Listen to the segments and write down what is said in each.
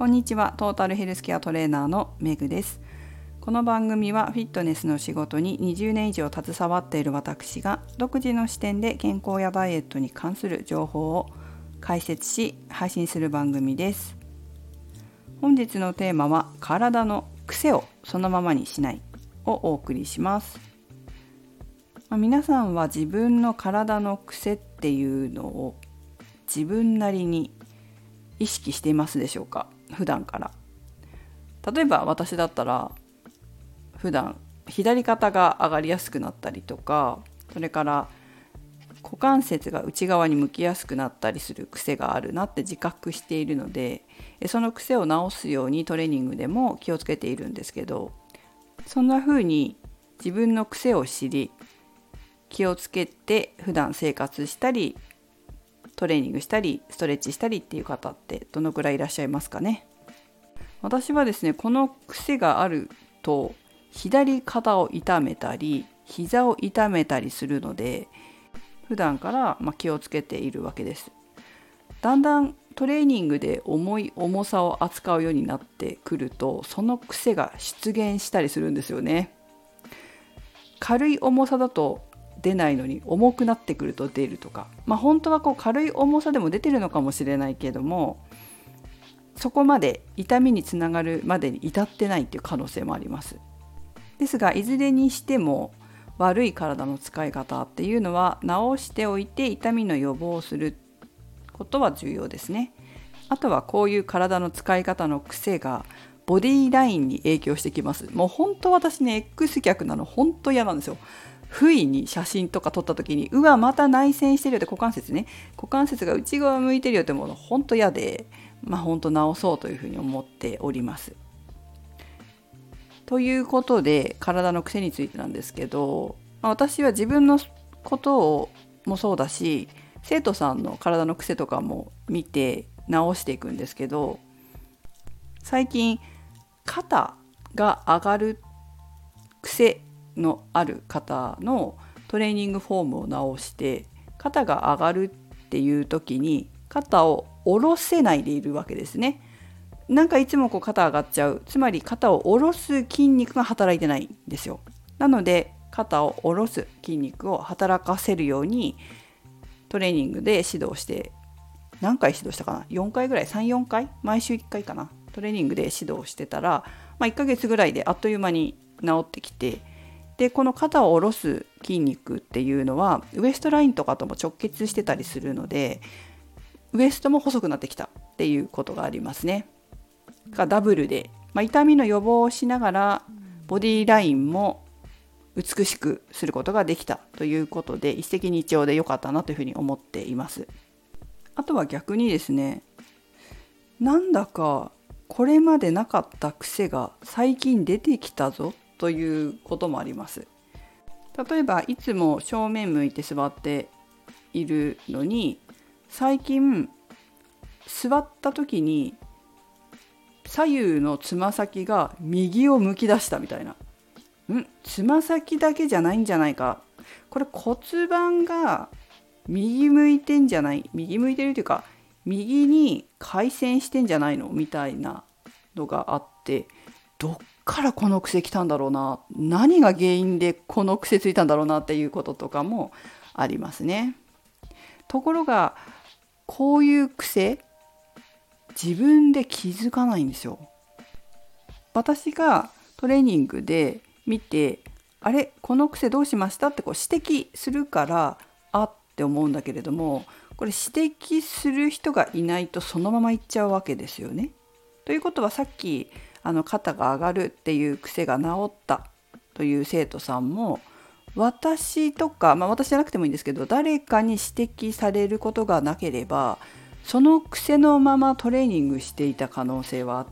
こんにちは。トータルヘルスケアトレーナーのメグです。この番組はフィットネスの仕事に20年以上携わっている私が独自の視点で健康やダイエットに関する情報を解説し配信する番組です。本日のテーマは体の癖をそのままにしないをお送りします。皆さんは自分の体の癖っていうのを自分なりに意識していますでしょうか？普段から。例えば私だったら普段左肩が上がりやすくなったりとか、それから股関節が内側に向きやすくなったりする癖があるなって自覚しているので、その癖を直すようにトレーニングでも気をつけているんですけど、そんな風に自分の癖を知り気をつけて普段生活したりトレーニングしたりストレッチしたりっていう方ってどのくらいいらっしゃいますかね？私はですね、この癖があると左肩を痛めたり膝を痛めたりするので、普段から気をつけているわけです。だんだんトレーニングで重さを扱うようになってくると、その癖が出現したりするんですよね。軽い重さだと出ないのに重くなってくると出るとか、本当は軽い重さでも出てるのかもしれないけども、そこまで痛みにつながるまでに至ってないっていう可能性もあります。ですがいずれにしても悪い体の使い方っていうのは直しておいて痛みの予防をすることは重要ですね。あとはこういう体の使い方の癖がボディラインに影響してきます。もう本当私ね X 脚なの本当嫌なんですよ。不意に写真とか撮った時にまた内旋してるよって股関節が内側向いてるよってもの本当嫌で、本当直そうというふうに思っております。ということで体の癖についてなんですけど、私は自分のこともそうだし生徒さんの体の癖とかも見て直していくんですけど、最近肩が上がる癖のある方のトレーニングフォームを直して、肩が上がるっていう時に肩を下ろせないでいるわけですね。いつも肩上がっちゃう、つまり肩を下ろす筋肉が働いてないんですよ。なので肩を下ろす筋肉を働かせるようにトレーニングで指導して、何回指導したかな、4回ぐらい、 3,4 回毎週1回かな、トレーニングで指導してたら、1ヶ月ぐらいであっという間に治ってきて、でこの肩を下ろす筋肉っていうのはウエストラインとかとも直結してたりするので、ウエストも細くなってきたっていうことがありますね。ダブルで、痛みの予防をしながらボディラインも美しくすることができたということで、一石二鳥で良かったなというふうに思っています。あとは逆にですね、なんだかこれまでなかった癖が最近出てきたぞということもあります。例えばいつも正面向いて座っているのに、最近座った時に左右のつま先が右を向き出したみたいな、つま先だけじゃないんじゃないか、これ骨盤が右向いてんじゃない、右向いてるというか右に回旋してんじゃないのみたいなのがあって、どっからこの癖きたんだろうな、何が原因でこの癖ついたんだろうなっていうこととかもありますね。ところがこういう癖自分で気づかないんですよ。私がトレーニングで見て、あれこの癖どうしましたって指摘するからって思うんだけれども、これ指摘する人がいないとそのままいっちゃうわけですよね。ということはさっき肩が上がるっていう癖が治ったという生徒さんも、私とか、私じゃなくてもいいんですけど、誰かに指摘されることがなければその癖のままトレーニングしていた可能性はあって、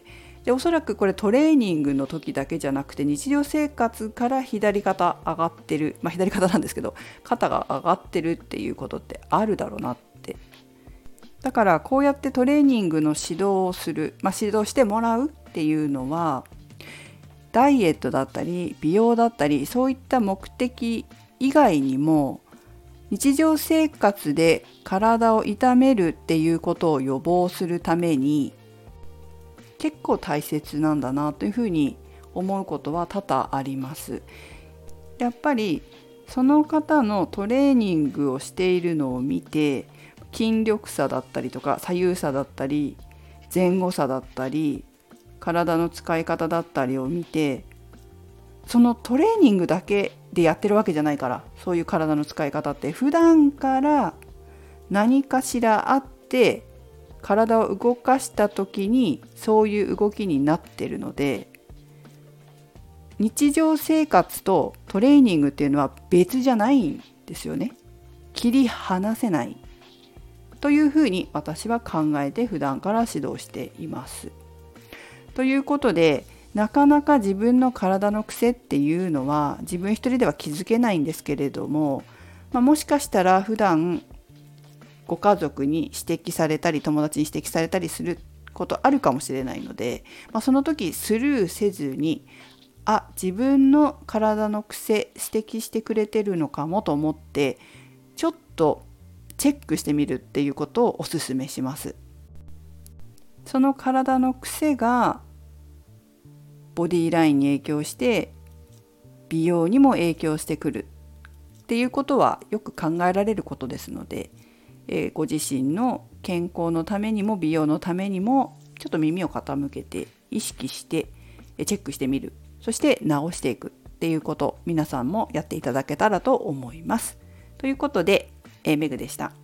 でおそらくこれトレーニングの時だけじゃなくて日常生活から左肩上がってる、左肩なんですけど肩が上がってるっていうことってあるだろうなって。だからこうやってトレーニングの指導をする、指導してもらうっていうのはダイエットだったり美容だったりそういった目的以外にも日常生活で体を痛めるっていうことを予防するために結構大切なんだなというふうに思うことは多々あります。やっぱりその方のトレーニングをしているのを見て、筋力差だったりとか左右差だったり前後差だったり体の使い方だったりを見て、そのトレーニングだけでやってるわけじゃないから、そういう体の使い方って普段から何かしらあって体を動かした時にそういう動きになってるので、日常生活とトレーニングっていうのは別じゃないんですよね。切り離せないというふうに私は考えて普段から指導しています。ということで、なかなか自分の体の癖っていうのは自分一人では気づけないんですけれども、もしかしたら普段ご家族に指摘されたり友達に指摘されたりすることあるかもしれないので、その時スルーせずに、自分の体の癖指摘してくれてるのかもと思ってちょっとチェックしてみるっていうことをお勧めします。その体の癖がボディラインに影響して美容にも影響してくるっていうことはよく考えられることですので、ご自身の健康のためにも美容のためにもちょっと耳を傾けて意識してチェックしてみる、そして直していくっていうこと、皆さんもやっていただけたらと思います。ということで、メグでした。